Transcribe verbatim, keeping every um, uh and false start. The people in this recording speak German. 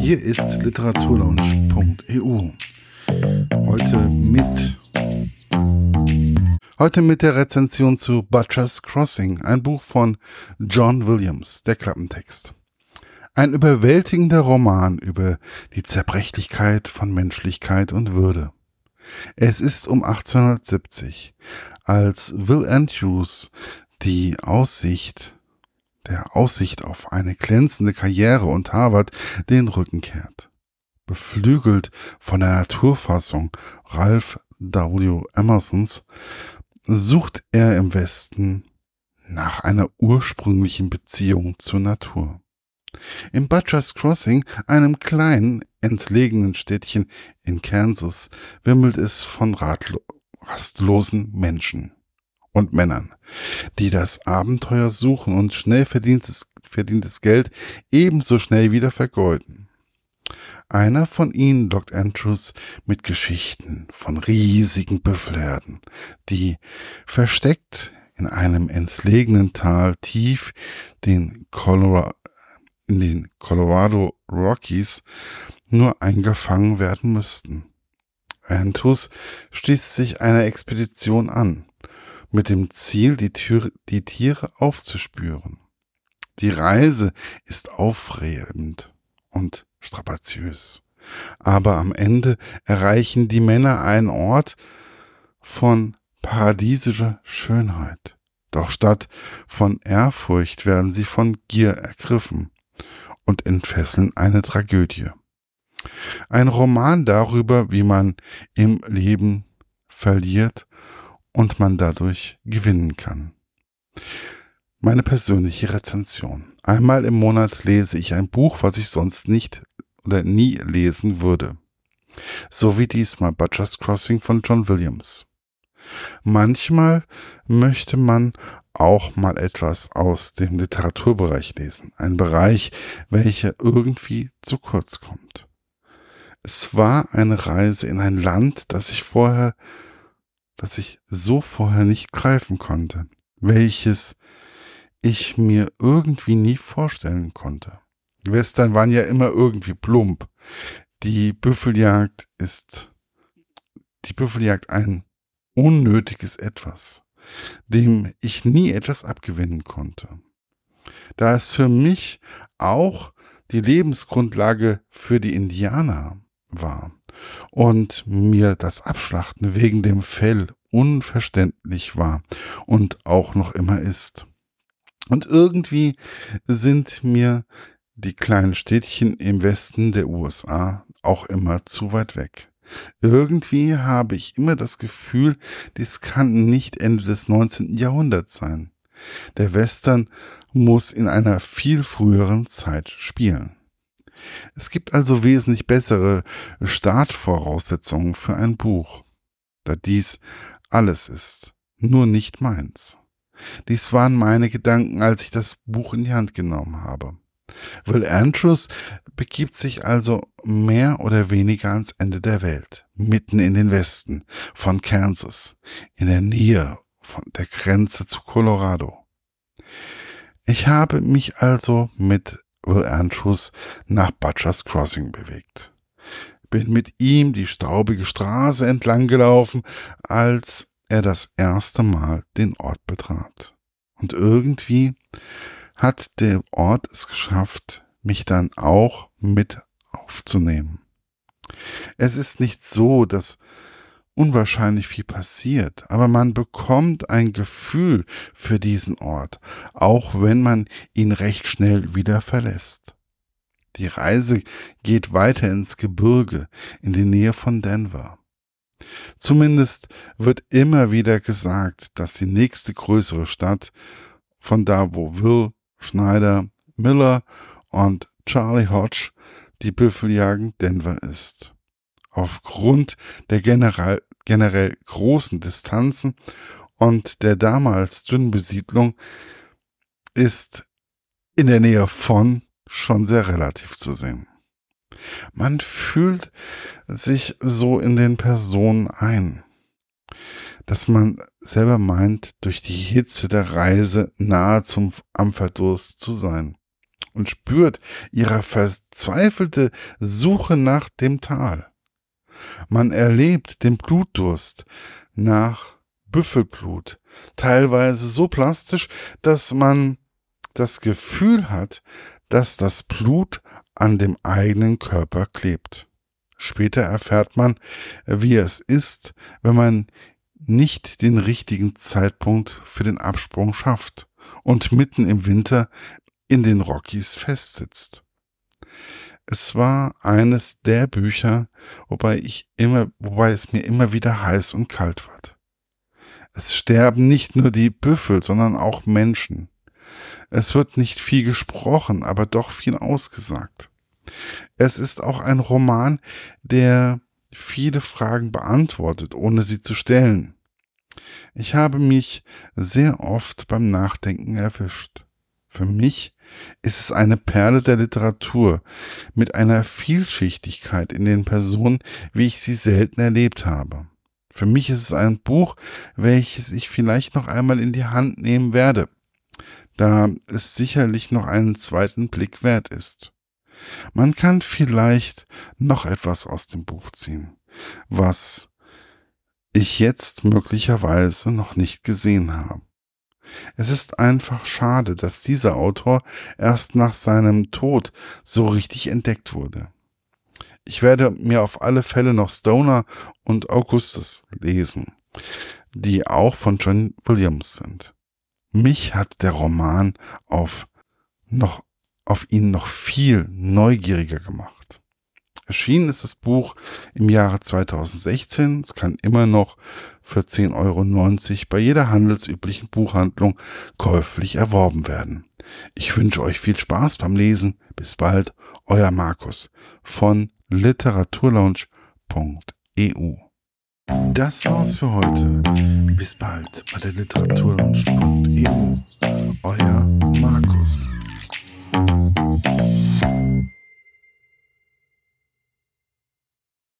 Hier ist literaturlaunch punkt e u. Heute mit Heute mit der Rezension zu Butcher's Crossing, ein Buch von John Williams, der Klappentext. Ein überwältigender Roman über die Zerbrechlichkeit von Menschlichkeit und Würde. Es ist um achtzehnhundertsiebzig, als Will Andrews die Aussicht, der Aussicht auf eine glänzende Karriere und Harvard den Rücken kehrt. Beflügelt von der Naturfassung Ralph W. Emersons sucht er im Westen nach einer ursprünglichen Beziehung zur Natur. Im Butcher's Crossing, einem kleinen, entlegenen Städtchen in Kansas, wimmelt es von ratlo- rastlosen Menschen und Männern, die das Abenteuer suchen und schnell verdientes, verdientes Geld ebenso schnell wieder vergeuden. Einer von ihnen lockt Andrews mit Geschichten von riesigen Büffelherden, die versteckt in einem entlegenen Tal tief den Colorado, in den Colorado Rockies nur eingefangen werden müssten. Andrews schließt sich einer Expedition an, mit dem Ziel, die, Tür, die Tiere aufzuspüren. Die Reise ist aufregend und strapaziös. Aber am Ende erreichen die Männer einen Ort von paradiesischer Schönheit. Doch statt von Ehrfurcht werden sie von Gier ergriffen und entfesseln eine Tragödie. Ein Roman darüber, wie man im Leben verliert und man dadurch gewinnen kann. Meine persönliche Rezension. Einmal im Monat lese ich ein Buch, was ich sonst nicht oder nie lesen würde. So wie diesmal Butcher's Crossing von John Williams. Manchmal möchte man auch mal etwas aus dem Literaturbereich lesen. Ein Bereich, welcher irgendwie zu kurz kommt. Es war eine Reise in ein Land, das ich vorher, das ich so vorher nicht greifen konnte, welches ich mir irgendwie nie vorstellen konnte. Die Western waren ja immer irgendwie plump. Die Büffeljagd ist, die Büffeljagd ein unnötiges Etwas, dem ich nie etwas abgewinnen konnte. Da es für mich auch die Lebensgrundlage für die Indianer war und mir das Abschlachten wegen dem Fell unverständlich war und auch noch immer ist. Und irgendwie sind mir die kleinen Städtchen im Westen der U S A auch immer zu weit weg. Irgendwie habe ich immer das Gefühl, dies kann nicht Ende des neunzehnten Jahrhunderts sein. Der Western muss in einer viel früheren Zeit spielen. Es gibt also wesentlich bessere Startvoraussetzungen für ein Buch, da dies alles ist, nur nicht meins. Dies waren meine Gedanken, als ich das Buch in die Hand genommen habe. Will Andrews begibt sich also mehr oder weniger ans Ende der Welt, mitten in den Westen von Kansas, in der Nähe von der Grenze zu Colorado. Ich habe mich also mit Will Andrews nach Butcher's Crossing bewegt. Bin mit ihm die staubige Straße entlang gelaufen, als er das erste Mal den Ort betrat. Und irgendwie hat der Ort es geschafft, mich dann auch mit aufzunehmen. Es ist nicht so, dass unwahrscheinlich viel passiert, aber man bekommt ein Gefühl für diesen Ort, auch wenn man ihn recht schnell wieder verlässt. Die Reise geht weiter ins Gebirge in die Nähe von Denver. Zumindest wird immer wieder gesagt, dass die nächste größere Stadt, von da wo Will, Schneider, Miller und Charlie Hodge die Büffel jagen, Denver ist. Aufgrund der generell, generell großen Distanzen und der damals dünnen Besiedlung ist in der Nähe von schon sehr relativ zu sehen. Man fühlt sich so in den Personen ein, dass man selber meint, durch die Hitze der Reise nahe zum am Verdurst zu sein. und spürt ihre verzweifelte Suche nach dem Tal. Man erlebt den Blutdurst nach Büffelblut, teilweise so plastisch, dass man das Gefühl hat, dass das Blut an dem eigenen Körper klebt. Später erfährt man, wie es ist, wenn man nicht den richtigen Zeitpunkt für den Absprung schafft und mitten im Winter in den Rockies festsitzt. Es war eines der Bücher, wobei ich immer, wobei es mir immer wieder heiß und kalt wird. Es sterben nicht nur die Büffel, sondern auch Menschen. Es wird nicht viel gesprochen, aber doch viel ausgesagt. Es ist auch ein Roman, der viele Fragen beantwortet, ohne sie zu stellen. Ich habe mich sehr oft beim Nachdenken erwischt. Für mich ist es eine Perle der Literatur mit einer Vielschichtigkeit in den Personen, wie ich sie selten erlebt habe. Für mich ist es ein Buch, welches ich vielleicht noch einmal in die Hand nehmen werde, da es sicherlich noch einen zweiten Blick wert ist. Man kann vielleicht noch etwas aus dem Buch ziehen, was ich jetzt möglicherweise noch nicht gesehen habe. Es ist einfach schade, dass dieser Autor erst nach seinem Tod so richtig entdeckt wurde. Ich werde mir auf alle Fälle noch Stoner und Augustus lesen, die auch von John Williams sind. Mich hat der Roman auf noch auf ihn noch viel neugieriger gemacht. Erschienen ist das Buch im Jahre zweitausendsechzehn. Es kann immer noch für zehn Euro neunzig bei jeder handelsüblichen Buchhandlung käuflich erworben werden. Ich wünsche euch viel Spaß beim Lesen. Bis bald, euer Markus von literaturlaunch punkt e u. Das war's für heute. Bis bald bei der literaturlaunch punkt e u. Euer Markus.